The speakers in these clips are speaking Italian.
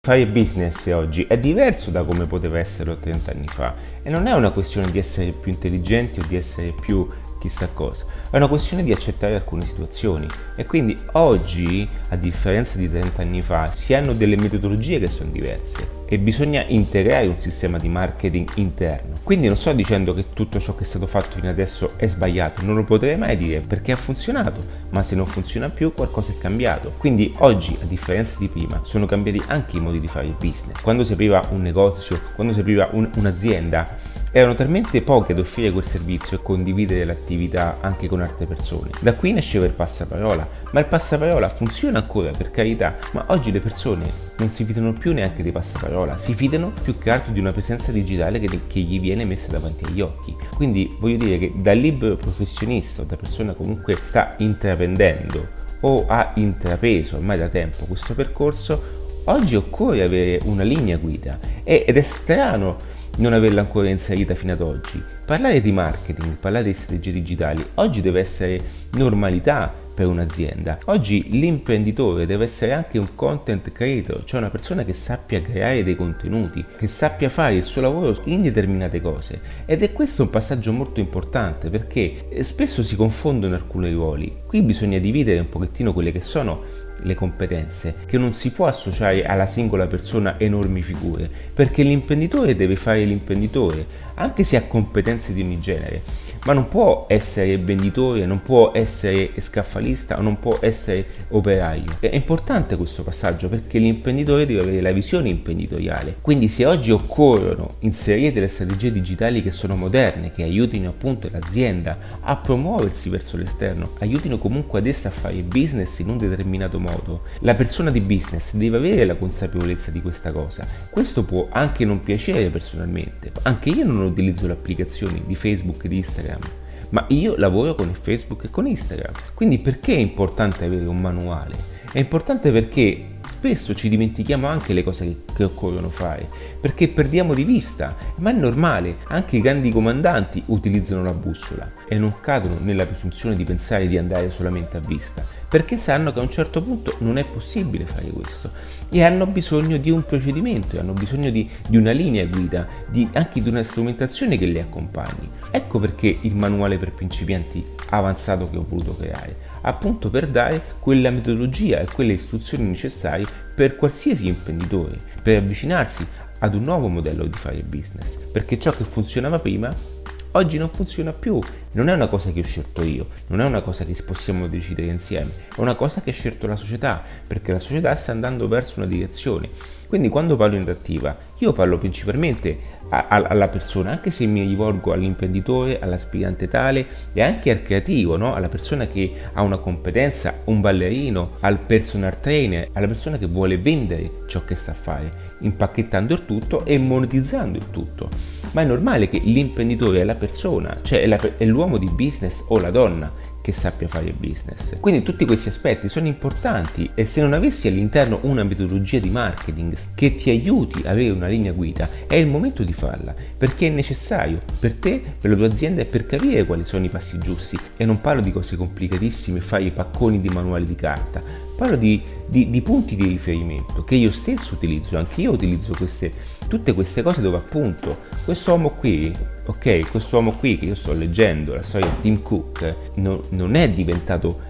Fare business oggi è diverso da come poteva essere 30 anni fa e non è una questione di essere più intelligenti o di essere più chissà cosa, è una questione di accettare alcune situazioni e quindi oggi, a differenza di 30 anni fa, si hanno delle metodologie che sono diverse e bisogna integrare un sistema di marketing interno. Quindi non sto dicendo che tutto ciò che è stato fatto fino adesso è sbagliato, non lo potrei mai dire perché ha funzionato, ma se non funziona più qualcosa è cambiato. Quindi oggi, a differenza di prima, sono cambiati anche i modi di fare business. Quando si apriva un negozio, quando si apriva un'azienda, erano talmente pochi ad offrire quel servizio e condividere l'attività anche con altre persone. Da qui nasceva il passaparola, ma il passaparola funziona ancora, per carità, ma oggi le persone non si fidano più neanche di passaparola, si fidano più che altro di una presenza digitale che gli viene messa davanti agli occhi. Quindi voglio dire che da libero professionista o da persona comunque sta intraprendendo o ha intrapreso ormai da tempo questo percorso, oggi occorre avere una linea guida ed è strano non averla ancora inserita fino ad oggi. Parlare di marketing, parlare di strategie digitali, oggi deve essere normalità per un'azienda. Oggi l'imprenditore deve essere anche un content creator, cioè una persona che sappia creare dei contenuti, che sappia fare il suo lavoro in determinate cose. Ed è questo un passaggio molto importante perché spesso si confondono alcuni ruoli. Qui bisogna dividere un pochettino quelle che sono le competenze, che non si può associare alla singola persona enormi figure, perché l'imprenditore deve fare l'imprenditore, anche se ha competenze di ogni genere, ma non può essere venditore, non può essere scaffalista o non può essere operaio. È importante questo passaggio perché l'imprenditore deve avere la visione imprenditoriale. Quindi se oggi occorrono inserire delle strategie digitali che sono moderne, che aiutino appunto l'azienda a promuoversi verso l'esterno, aiutino comunque ad essa a fare business in un determinato modo, la persona di business deve avere la consapevolezza di questa cosa. Questo può anche non piacere personalmente, anche io non utilizzo le applicazioni di Facebook e di Instagram, ma io lavoro con il Facebook e con Instagram. Quindi perché è importante avere un manuale? È importante perché spesso ci dimentichiamo anche le cose che occorrono fare, perché perdiamo di vista, ma è normale, anche i grandi comandanti utilizzano la bussola e non cadono nella presunzione di pensare di andare solamente a vista, perché sanno che a un certo punto non è possibile fare questo e hanno bisogno di un procedimento, hanno bisogno di una linea guida, anche di una strumentazione che li accompagni. Ecco perché il manuale per principianti avanzato che ho voluto creare, appunto per dare quella metodologia e quelle istruzioni necessarie per qualsiasi imprenditore, per avvicinarsi ad un nuovo modello di fare business, perché ciò che funzionava prima oggi non funziona più. Non è una cosa che ho scelto io, non è una cosa che possiamo decidere insieme, è una cosa che ha scelto la società, perché la società sta andando verso una direzione. Quindi quando parlo in attiva, io parlo principalmente alla persona, anche se mi rivolgo all'imprenditore, all'aspirante tale e anche al creativo, no? Alla persona che ha una competenza, un ballerino, al personal trainer, alla persona che vuole vendere ciò che sa fare, impacchettando il tutto e monetizzando il tutto. Ma è normale che l'imprenditore è la persona, cioè è l'uomo di business o la donna che sappia fare business. Quindi tutti questi aspetti sono importanti e se non avessi all'interno una metodologia di marketing che ti aiuti a avere una linea guida, è il momento di farla, perché è necessario per te, per la tua azienda e per capire quali sono i passi giusti. E non parlo di cose complicatissime, fare i pacconi di manuali di carta, parlo di punti di riferimento che io stesso utilizzo, anche io utilizzo tutte queste cose dove appunto quest'uomo qui che io sto leggendo, la storia di Tim Cook, non è diventato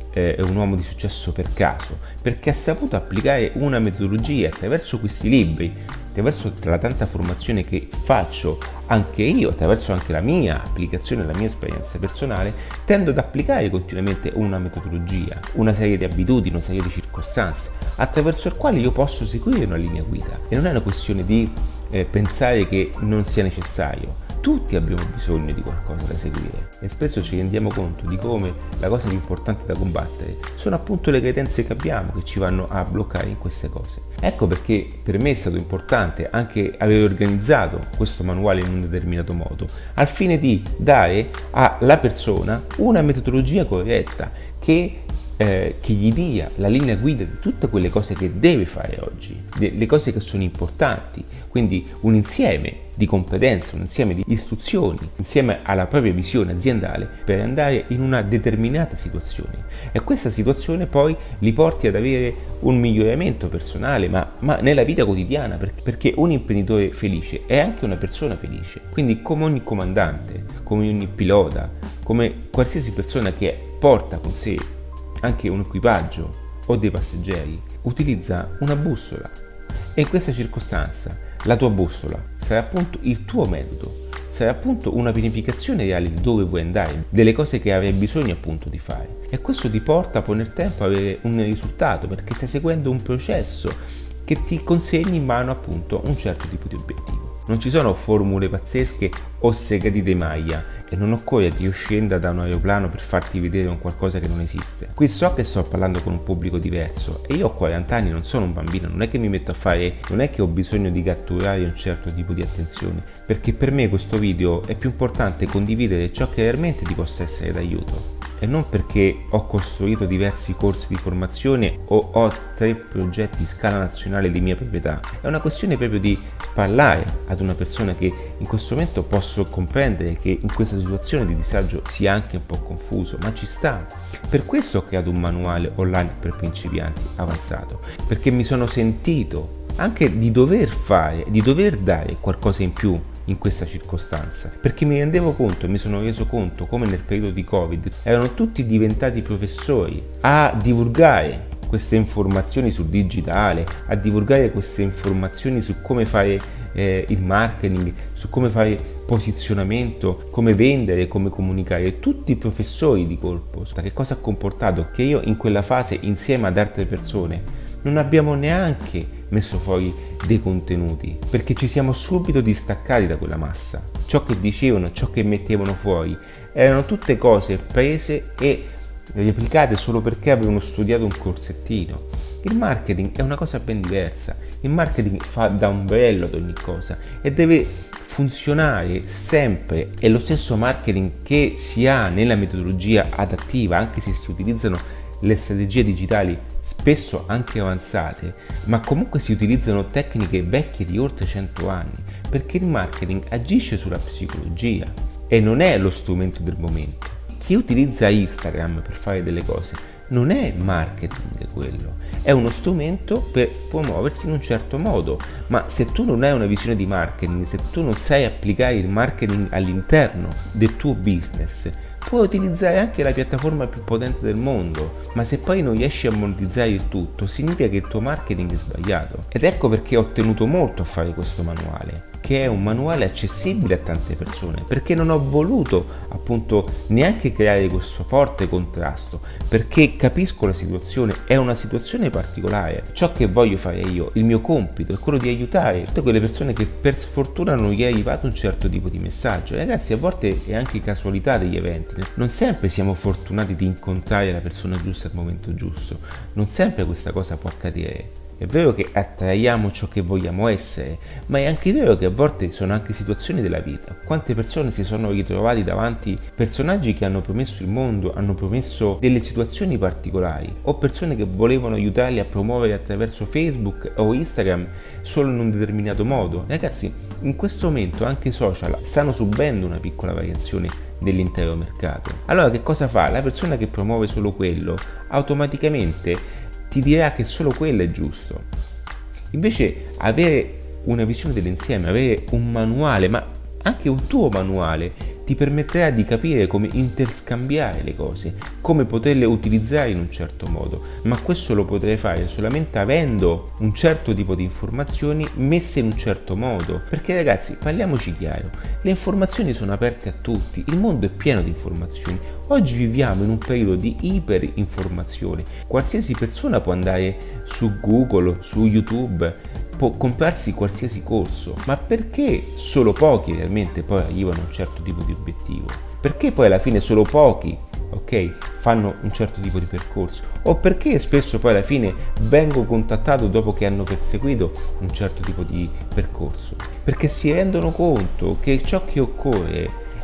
un uomo di successo per caso, perché ha saputo applicare una metodologia attraverso questi libri, attraverso la tanta formazione che faccio anche io, attraverso anche la mia applicazione, la mia esperienza personale, tendo ad applicare continuamente una metodologia, una serie di abitudini, una serie di circostanze, attraverso il quale io posso seguire una linea guida. E non è una questione di pensare che non sia necessario. Tutti abbiamo bisogno di qualcosa da seguire e spesso ci rendiamo conto di come la cosa più importante da combattere sono appunto le credenze che abbiamo che ci vanno a bloccare in queste cose. Ecco perché per me è stato importante anche aver organizzato questo manuale in un determinato modo, al fine di dare alla persona una metodologia corretta che gli dia la linea guida di tutte quelle cose che deve fare oggi, le cose che sono importanti, quindi un insieme di competenze, un insieme di istruzioni, insieme alla propria visione aziendale per andare in una determinata situazione. E questa situazione poi li porti ad avere un miglioramento personale, ma nella vita quotidiana, perché un imprenditore felice è anche una persona felice. Quindi come ogni comandante, come ogni pilota, come qualsiasi persona che porta con sé anche un equipaggio o dei passeggeri, utilizza una bussola. E in questa circostanza la tua bussola sarà appunto il tuo metodo, sarà appunto una pianificazione reale di dove vuoi andare, delle cose che avrai bisogno appunto di fare. E questo ti porta poi nel tempo ad avere un risultato, perché stai seguendo un processo che ti consegni in mano appunto un certo tipo di obiettivo. Non ci sono formule pazzesche o segreti di maglia e non occorre che io scenda da un aeroplano per farti vedere un qualcosa che non esiste. Qui so che sto parlando con un pubblico diverso e io ho 40 anni, non sono un bambino, non è che mi metto a fare, non è che ho bisogno di catturare un certo tipo di attenzione, perché per me questo video è più importante condividere ciò che realmente ti possa essere d'aiuto. E non perché ho costruito diversi corsi di formazione o ho 3 progetti di scala nazionale di mia proprietà, è una questione proprio di parlare ad una persona che in questo momento posso comprendere che in questa situazione di disagio sia anche un po' confuso, ma ci sta. Per questo ho creato un manuale online per principianti avanzato, perché mi sono sentito anche di dover fare, di dover dare qualcosa in più in questa circostanza, perché mi rendevo conto e mi sono reso conto come nel periodo di Covid erano tutti diventati professori a divulgare queste informazioni sul digitale, a divulgare queste informazioni su come fare il marketing, su come fare posizionamento, come vendere, come comunicare, tutti professori di colpo. Che cosa ha comportato? Che io in quella fase, insieme ad altre persone, non abbiamo neanche messo fuori dei contenuti, perché ci siamo subito distaccati da quella massa. Ciò che dicevano, ciò che mettevano fuori erano tutte cose prese e replicate solo perché avevano studiato un corsettino. Il marketing è una cosa ben diversa. Il marketing fa da ombrello ad ogni cosa e deve funzionare sempre. È lo stesso marketing che si ha nella metodologia adattiva, anche se si utilizzano le strategie digitali spesso anche avanzate, ma comunque si utilizzano tecniche vecchie di oltre 100 anni, perché il marketing agisce sulla psicologia e non è lo strumento del momento. Chi utilizza Instagram per fare delle cose non è marketing quello, è uno strumento per promuoversi in un certo modo, ma se tu non hai una visione di marketing, se tu non sai applicare il marketing all'interno del tuo business, puoi utilizzare anche la piattaforma più potente del mondo, ma se poi non riesci a monetizzare il tutto, significa che il tuo marketing è sbagliato. Ed ecco perché ho tenuto molto a fare questo manuale, che è un manuale accessibile a tante persone, perché non ho voluto appunto neanche creare questo forte contrasto, perché capisco la situazione, è una situazione particolare. Ciò che voglio fare io, il mio compito, è quello di aiutare tutte quelle persone che per sfortuna non gli è arrivato un certo tipo di messaggio. E ragazzi, a volte è anche casualità degli eventi, non sempre siamo fortunati di incontrare la persona giusta al momento giusto, non sempre questa cosa può accadere. È vero che attraiamo ciò che vogliamo essere, ma è anche vero che a volte sono anche situazioni della vita. Quante persone si sono ritrovati davanti personaggi che hanno promesso il mondo, hanno promesso delle situazioni particolari, o persone che volevano aiutarli a promuovere attraverso Facebook o Instagram solo in un determinato modo. Ragazzi, in questo momento anche i social stanno subendo una piccola variazione dell'intero mercato. Allora che cosa fa? La persona che promuove solo quello automaticamente ti dirà che solo quello è giusto. Invece avere una visione dell'insieme, avere un manuale, ma anche un tuo manuale, ti permetterà di capire come interscambiare le cose, come poterle utilizzare in un certo modo, ma questo lo potrai fare solamente avendo un certo tipo di informazioni messe in un certo modo, perché ragazzi, parliamoci chiaro, le informazioni sono aperte a tutti, il mondo è pieno di informazioni, oggi viviamo in un periodo di iperinformazione, qualsiasi persona può andare su Google, su YouTube, può comprarsi qualsiasi corso, ma perché solo pochi realmente poi arrivano a un certo tipo di obiettivo? Perché poi alla fine solo pochi, ok, fanno un certo tipo di percorso? O perché spesso poi alla fine vengo contattato dopo che hanno perseguito un certo tipo di percorso? Perché si rendono conto che ciò che occorre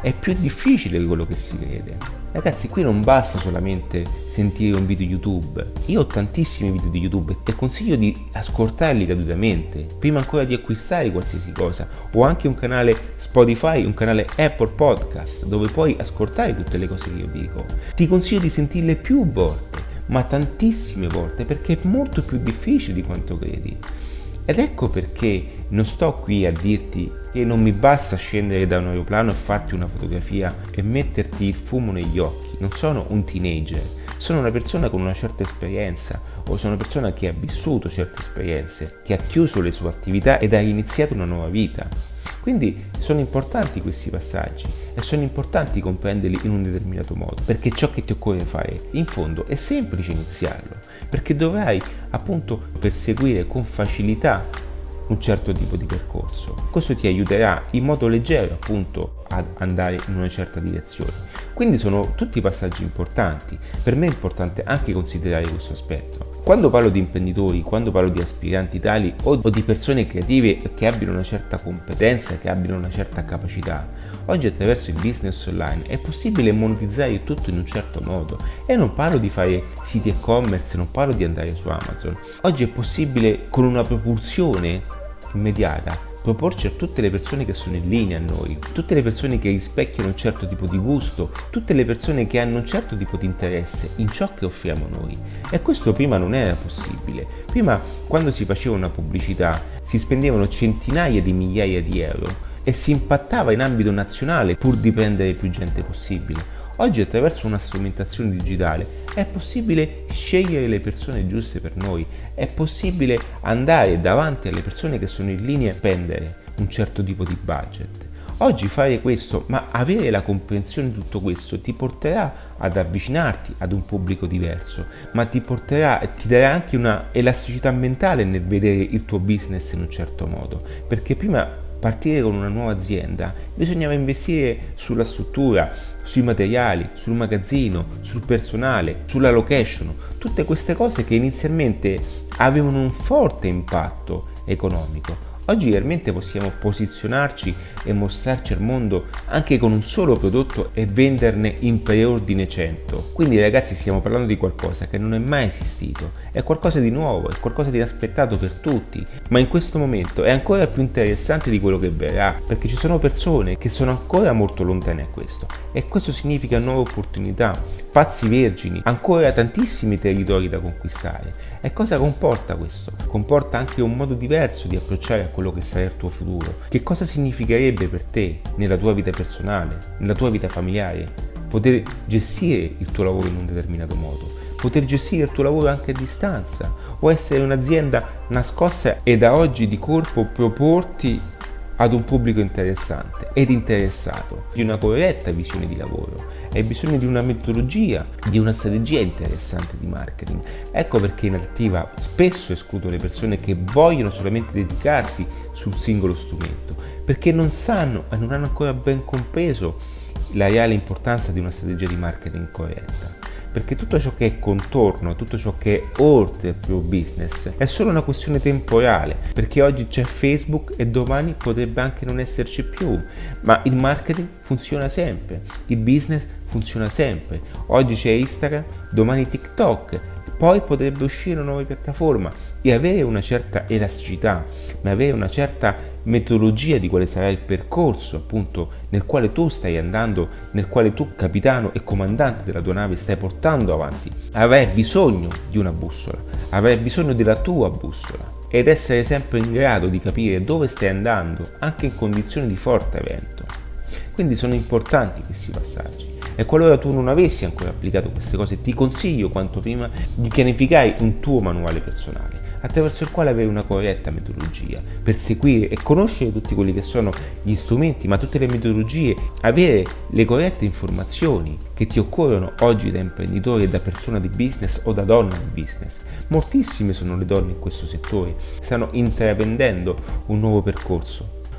è più difficile di quello che si crede. Ragazzi, qui non basta solamente sentire un video YouTube. Io ho tantissimi video di YouTube e consiglio di ascoltarli gratuitamente prima ancora di acquistare qualsiasi cosa. Ho anche un canale Spotify, un canale Apple Podcast dove puoi ascoltare tutte le cose che io dico. Ti consiglio di sentirle più volte, ma tantissime volte, perché è molto più difficile di quanto credi. Ed ecco perché non sto qui a dirti che non mi basta scendere da un aeroplano e farti una fotografia e metterti il fumo negli occhi. Non sono un teenager, sono una persona con una certa esperienza, o sono una persona che ha vissuto certe esperienze, che ha chiuso le sue attività ed ha iniziato una nuova vita. Quindi sono importanti questi passaggi e sono importanti comprenderli in un determinato modo, perché ciò che ti occorre fare in fondo è semplice iniziarlo, perché dovrai appunto perseguire con facilità un certo tipo di percorso. Questo ti aiuterà in modo leggero appunto ad andare in una certa direzione. Quindi sono tutti passaggi importanti. Per me è importante anche considerare questo aspetto. Quando parlo di imprenditori, quando parlo di aspiranti tali o di persone creative che abbiano una certa competenza, che abbiano una certa capacità, oggi attraverso il business online è possibile monetizzare tutto in un certo modo. E non parlo di fare siti e-commerce, non parlo di andare su Amazon. Oggi è possibile con una propulsione immediata proporci a tutte le persone che sono in linea a noi, tutte le persone che rispecchiano un certo tipo di gusto, tutte le persone che hanno un certo tipo di interesse in ciò che offriamo noi. E questo prima non era possibile. Prima, quando si faceva una pubblicità, si spendevano centinaia di migliaia di euro e si impattava in ambito nazionale pur di prendere più gente possibile. Oggi attraverso una strumentazione digitale è possibile scegliere le persone giuste per noi, è possibile andare davanti alle persone che sono in linea e spendere un certo tipo di budget. Oggi fare questo, ma avere la comprensione di tutto questo, ti porterà ad avvicinarti ad un pubblico diverso, ma ti darà anche una elasticità mentale nel vedere il tuo business in un certo modo, perché prima partire con una nuova azienda bisognava investire sulla struttura, sui materiali, sul magazzino, sul personale, sulla location, tutte queste cose che inizialmente avevano un forte impatto economico. Oggi realmente possiamo posizionarci e mostrarci al mondo anche con un solo prodotto e venderne in preordine 100. Quindi ragazzi, stiamo parlando di qualcosa che non è mai esistito, è qualcosa di nuovo, è qualcosa di inaspettato per tutti, ma in questo momento è ancora più interessante di quello che verrà, perché ci sono persone che sono ancora molto lontane a questo, e questo significa nuove opportunità, spazi vergini, ancora tantissimi territori da conquistare. E cosa comporta questo? Comporta anche un modo diverso di approcciare a quello che sarà il tuo futuro. Che cosa significherebbe per te, nella tua vita personale, nella tua vita familiare, poter gestire il tuo lavoro in un determinato modo, poter gestire il tuo lavoro anche a distanza, o essere un'azienda nascosta e da oggi di colpo proporti ad un pubblico interessante ed interessato, di una corretta visione di lavoro. Hai bisogno di una metodologia, di una strategia interessante di marketing. Ecco perché in Adattiva spesso escludo le persone che vogliono solamente dedicarsi sul singolo strumento, perché non sanno e non hanno ancora ben compreso la reale importanza di una strategia di marketing corretta. Perché tutto ciò che è contorno, tutto ciò che è oltre il tuo business è solo una questione temporale, perché oggi c'è Facebook e domani potrebbe anche non esserci più, ma il marketing funziona sempre, il business funziona sempre. Oggi c'è Instagram, domani TikTok, poi potrebbe uscire una nuova piattaforma, e avere una certa elasticità, ma avere una certa metodologia di quale sarà il percorso appunto nel quale tu stai andando, nel quale tu capitano e comandante della tua nave stai portando avanti. Avrai bisogno di una bussola, avrai bisogno della tua bussola, ed essere sempre in grado di capire dove stai andando anche in condizioni di forte vento. Quindi sono importanti questi passaggi. E qualora tu non avessi ancora applicato queste cose, ti consiglio quanto prima di pianificare un tuo manuale personale, attraverso il quale avere una corretta metodologia, per seguire e conoscere tutti quelli che sono gli strumenti, ma tutte le metodologie, avere le corrette informazioni che ti occorrono oggi da imprenditore e da persona di business o da donna di business. Moltissime sono le donne in questo settore, stanno intraprendendo un nuovo percorso.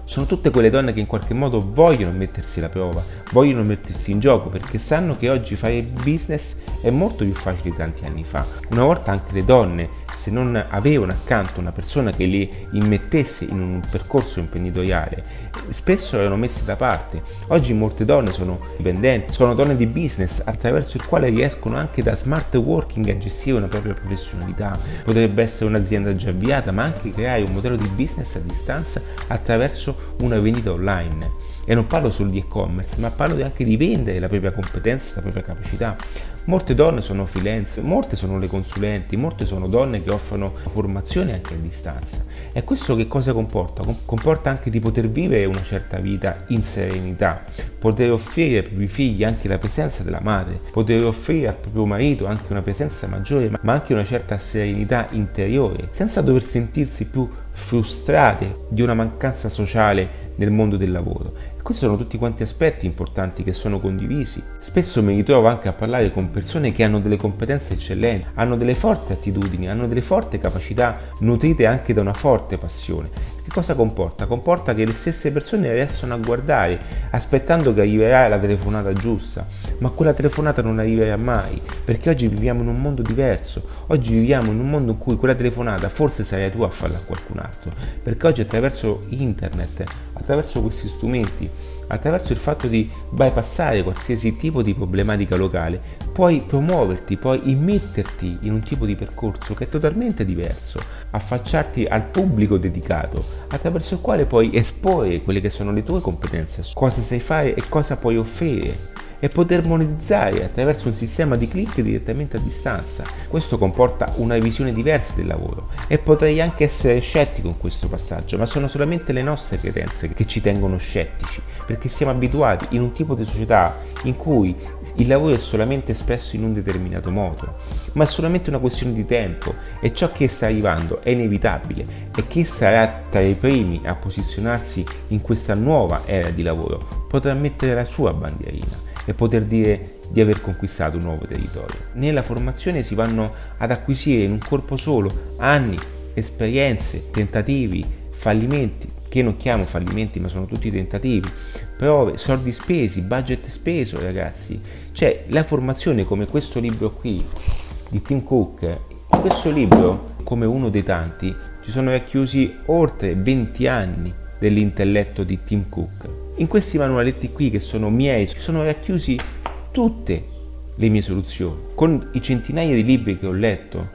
sono tutte quelle donne che in qualche modo vogliono mettersi alla prova, vogliono mettersi in gioco perché sanno che oggi fare business è molto più facile di tanti anni fa. Una volta anche le donne, se non avevano accanto una persona che li immettesse in un percorso imprenditoriale, spesso erano messe da parte. Oggi molte donne sono dipendenti, sono donne di business attraverso il quale riescono anche da smart working a gestire una propria professionalità. Potrebbe essere un'azienda già avviata, ma anche creare un modello di business a distanza attraverso una vendita online. E non parlo solo di e-commerce, ma parlo anche di vendere la propria competenza, la propria capacità. Molte donne sono freelance, molte sono le consulenti, molte sono donne che offrono formazione anche a distanza. E questo che cosa comporta? Comporta anche di poter vivere una certa vita in serenità, poter offrire ai propri figli anche la presenza della madre, poter offrire al proprio marito anche una presenza maggiore, ma anche una certa serenità interiore, senza dover sentirsi più frustrate di una mancanza sociale nel mondo del lavoro. Questi sono tutti quanti aspetti importanti che sono condivisi. Spesso mi ritrovo anche a parlare con persone che hanno delle competenze eccellenti, hanno delle forti attitudini, hanno delle forti capacità nutrite anche da una forte passione. Che cosa comporta? Comporta che le stesse persone restano a guardare, aspettando che arriverà la telefonata giusta, ma quella telefonata non arriverà mai, perché oggi viviamo in un mondo diverso. Oggi viviamo in un mondo in cui quella telefonata forse sarai tu a farla a qualcun altro, perché oggi attraverso internet, attraverso questi strumenti, attraverso il fatto di bypassare qualsiasi tipo di problematica locale, puoi promuoverti, puoi immetterti in un tipo di percorso che è totalmente diverso, affacciarti al pubblico dedicato, attraverso il quale puoi esporre quelle che sono le tue competenze, cosa sai fare e cosa puoi offrire, e poter monetizzare attraverso un sistema di click direttamente a distanza. Questo comporta una visione diversa del lavoro e potrei anche essere scettico in questo passaggio, ma sono solamente le nostre credenze che ci tengono scettici, perché siamo abituati in un tipo di società in cui il lavoro è solamente espresso in un determinato modo, ma è solamente una questione di tempo e ciò che sta arrivando è inevitabile e chi sarà tra i primi a posizionarsi in questa nuova era di lavoro potrà mettere la sua bandierina e poter dire di aver conquistato un nuovo territorio. Nella formazione si vanno ad acquisire in un colpo solo anni, esperienze, tentativi, fallimenti, che non chiamo fallimenti ma sono tutti tentativi, prove, soldi spesi, budget speso, ragazzi. Cioè la formazione, come questo libro qui di Tim Cook, in questo libro, come uno dei tanti, ci sono racchiusi oltre 20 anni dell'intelletto di Tim Cook. In questi manualetti qui, che sono miei, sono racchiusi tutte le mie soluzioni, con i centinaia di libri che ho letto.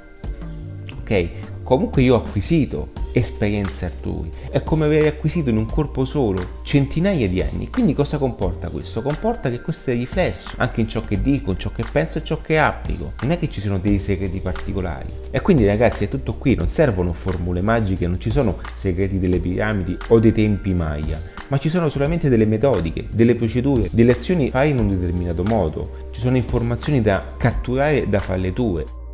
Ok? Comunque io ho acquisito esperienze altrui, è come aver acquisito in un colpo solo centinaia di anni. Quindi cosa comporta questo? Comporta che questo è riflesso anche in ciò che dico, in ciò che penso e ciò che applico. Non è che ci sono dei segreti particolari. E quindi ragazzi è tutto qui, non servono formule magiche, non ci sono segreti delle piramidi o dei tempi Maya, ma ci sono solamente delle metodiche, delle procedure, delle azioni fatte in un determinato modo. Ci sono informazioni da catturare e da farle tue.